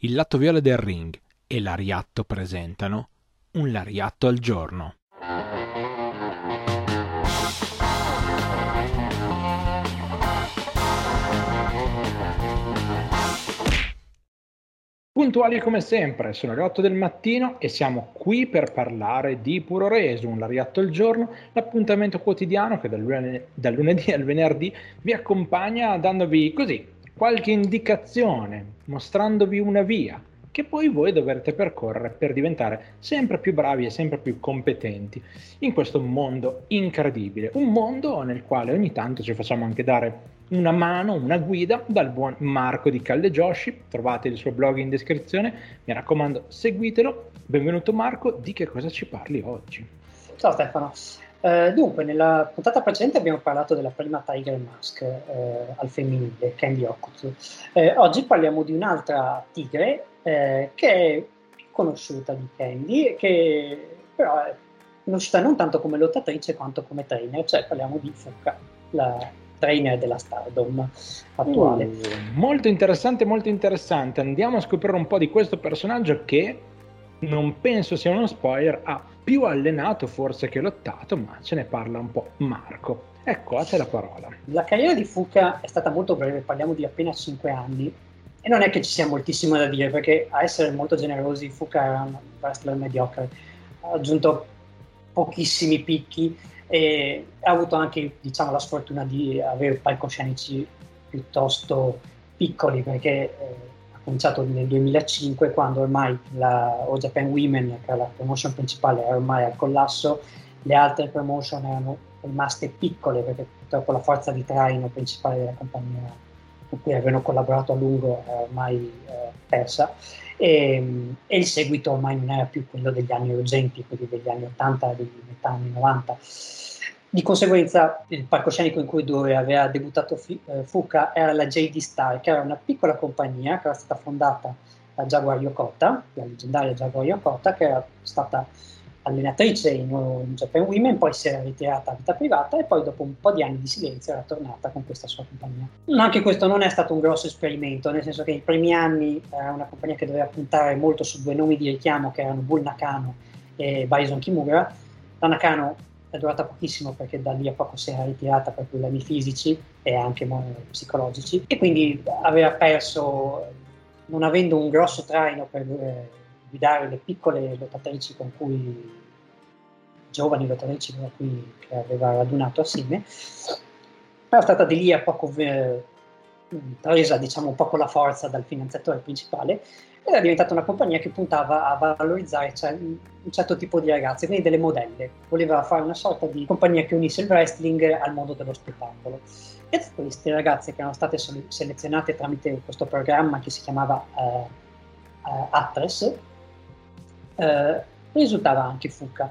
il lato viola del ring e l'Ariatto presentano Un Lariatto al giorno. Puntuali come sempre, sono le 8 del mattino e siamo qui per parlare di Puro Resu, un Lariatto al giorno, l'appuntamento quotidiano che dal lunedì al venerdì vi accompagna dandovi così qualche indicazione, mostrandovi una via che poi voi dovrete percorrere per diventare sempre più bravi e sempre più competenti in questo mondo incredibile, un mondo nel quale ogni tanto ci facciamo anche dare una mano, una guida dal buon Marco di Calle Joshi. Trovate il suo blog in descrizione, mi raccomando seguitelo. Benvenuto Marco, di che cosa ci parli oggi? Ciao Stefano, dunque nella puntata precedente abbiamo parlato della prima Tiger Mask al femminile, Candy Okutsu. Oggi parliamo di un'altra tigre che è più conosciuta di Candy, che però è conosciuta non tanto come lottatrice quanto come trainer, cioè parliamo di Fuka, la trainer della Stardom attuale. Molto interessante. Andiamo a scoprire un po' di questo personaggio che non penso sia uno spoiler, ha più allenato forse che lottato, ma ce ne parla un po' Marco. Ecco, a te la parola. La carriera di Fuka è stata molto breve, parliamo di appena 5 anni, e non è che ci sia moltissimo da dire, perché a essere molto generosi Fuka era un wrestler mediocre, ha aggiunto pochissimi picchi e ha avuto anche, diciamo, la sfortuna di avere palcoscenici piuttosto piccoli, perché ha cominciato nel 2005, quando ormai la All Japan Women, che è la promotion principale, era ormai al collasso. Le altre promotion erano rimaste piccole, perché purtroppo la forza di traino principale della compagnia con cui avevano collaborato a lungo era ormai persa, e il seguito ormai non era più quello degli anni urgenti, quelli degli anni 80, degli metà anni 90. Di conseguenza il palcoscenico in cui dove aveva debuttato Fuka era la JD Star, che era una piccola compagnia che era stata fondata da Jaguar Yokota, la leggendaria Jaguar Yokota, che era stata allenatrice in Japan Women, poi si era ritirata a vita privata e poi dopo un po' di anni di silenzio era tornata con questa sua compagnia. Anche questo non è stato un grosso esperimento, nel senso che nei primi anni era una compagnia che doveva puntare molto su due nomi di richiamo, che erano Bull Nakano e Bison Kimura. La Nakano è durata pochissimo, perché da lì a poco si era ritirata per problemi fisici e anche psicologici, e quindi aveva perso, non avendo un grosso traino per guidare le piccole lottatrici giovani lottatrici con cui che aveva radunato assieme. Era stata di lì a poco presa, diciamo, un po' con la forza dal finanziatore principale, ed era diventata una compagnia che puntava a valorizzare un certo tipo di ragazze, quindi delle modelle. Voleva fare una sorta di compagnia che unisse il wrestling al mondo dello spettacolo. E da queste ragazze, che erano state selezionate tramite questo programma che si chiamava Attres, risultava anche Fuka.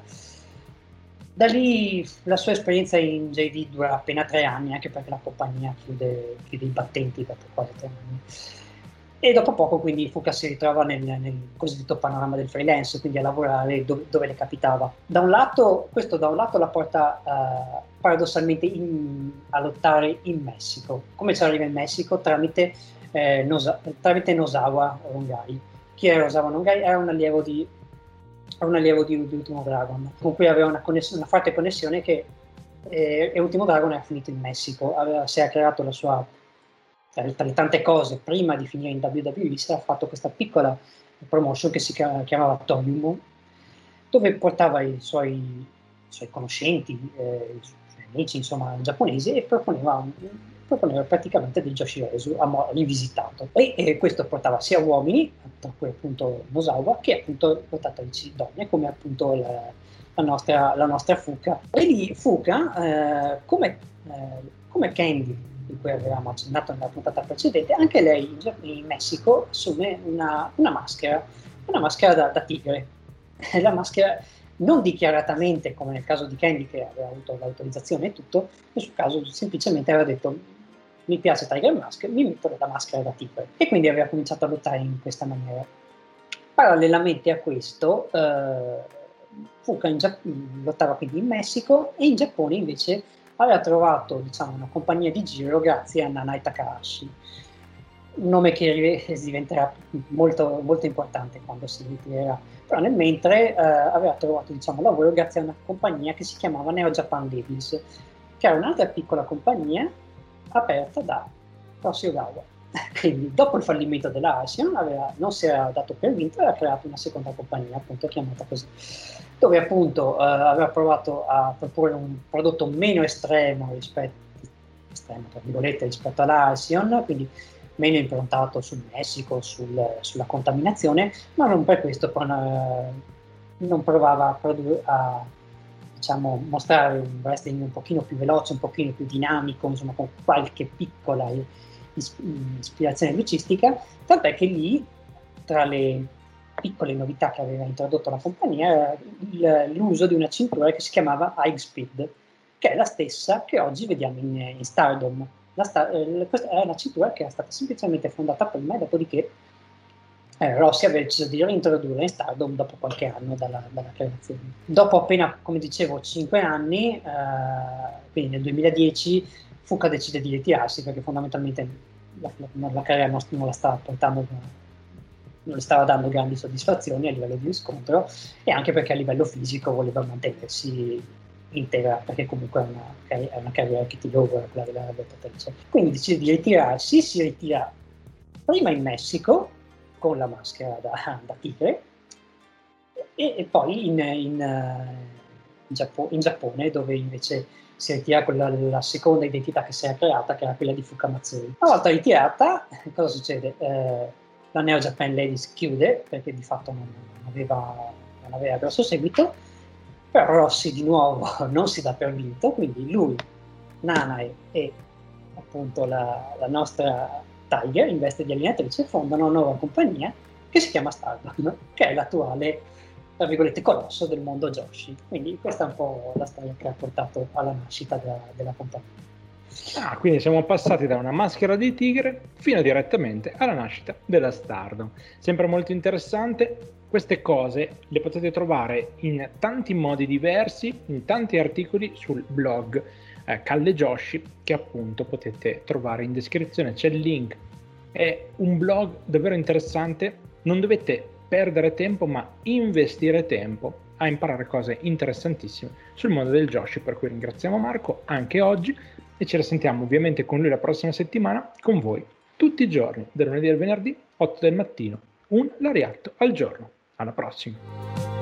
Da lì la sua esperienza in JD dura appena 3 anni, anche perché la compagnia chiude i battenti dopo quasi 3 anni. E dopo poco quindi Fuka si ritrova nel cosiddetto panorama del freelance, quindi a lavorare dove le capitava. Questo da un lato la porta paradossalmente a lottare in Messico. Come ci arriva in Messico? Tramite Nosawa Rongai. Chi era Nosawa Rongai? Era un allievo di Ultimo Dragon, con cui aveva una forte connessione, e Ultimo Dragon era finito in Messico. Si era creato la sua, tra le tante cose, prima di finire in WWE, si era fatto questa piccola promotion che si chiamava Torium, dove portava i suoi conoscenti, i suoi amici, insomma, giapponesi, e proponeva praticamente del Joshi Resu rivisitato, e questo portava sia uomini, tra cui appunto Nosawa, che appunto lottatrici donne, come appunto la nostra Fuka. E lì Fuka, come Candy, di cui avevamo accennato nella puntata precedente, anche lei in Messico assume una maschera da tigre. La maschera non dichiaratamente, come nel caso di Candy, che aveva avuto l'autorizzazione e tutto. Nel suo caso semplicemente aveva detto: mi piace Tiger Mask, mi metto la maschera da tigre, e quindi aveva cominciato a lottare in questa maniera. Parallelamente a questo, Fuka lottava quindi in Messico, e in Giappone invece aveva trovato, diciamo, una compagnia di giro grazie a Nanai Takahashi. un nome che diventerà molto, molto importante quando si ritirerà. Però nel mentre aveva trovato, diciamo, lavoro grazie a una compagnia che si chiamava Neo Japan Labels, che era un'altra piccola compagnia aperta da Rossi Ogawa. Quindi dopo il fallimento della Asian non si era dato per vinto e ha creato una seconda compagnia, appunto chiamata così, dove appunto aveva provato a proporre un prodotto meno estremo tra virgolette, rispetto alla Asian, quindi meno improntato sul Messico, sulla contaminazione, ma non per questo non provava a diciamo, mostrare un wrestling un pochino più veloce, un pochino più dinamico, insomma, con qualche piccola ispirazione lucistica, tant'è che lì, tra le piccole novità che aveva introdotto la compagnia, era l'uso di una cintura che si chiamava High Speed, che è la stessa che oggi vediamo in Stardom. Questa è una cintura che è stata semplicemente fondata prima e dopodiché Rossi aveva deciso di reintrodurla in Stardom dopo qualche anno dalla creazione. Dopo appena, come dicevo, 5 anni, quindi nel 2010, Fuka decide di ritirarsi perché fondamentalmente la carriera non la stava portando, non le stava dando grandi soddisfazioni a livello di riscontro e anche perché a livello fisico voleva mantenersi integra, perché comunque è una carriera che ti lavora quella della lottatrice. Quindi decide di ritirarsi, si ritira prima in Messico con la maschera da tigre e poi in Giappone, dove invece si ritira la seconda identità che si era creata, che era quella di Fuka Matsui. Una volta ritirata, cosa succede? La Neo Japan Ladies chiude perché di fatto non aveva grosso seguito, però Rossi di nuovo non si dà per vinto, quindi lui, Nanae e appunto la nostra Tiger, in veste di allenatrice, fondano una nuova compagnia che si chiama Stardom, che è l'attuale, tra virgolette, colosso del mondo Joshi. Quindi questa è un po' la storia che ha portato alla nascita della compagnia. Quindi siamo passati da una maschera di tigre fino direttamente alla nascita della Stardom. Sempre molto interessante. Queste cose le potete trovare in tanti modi diversi, in tanti articoli sul blog Kalle Joshi, che appunto potete trovare in descrizione. C'è il link. È un blog davvero interessante. Non dovete perdere tempo, ma investire tempo a imparare cose interessantissime sul mondo del Joshi, per cui ringraziamo Marco anche oggi e ci risentiamo ovviamente con lui la prossima settimana, con voi tutti i giorni, dal lunedì al venerdì, 8 del mattino, un lariatto al giorno. Alla prossima!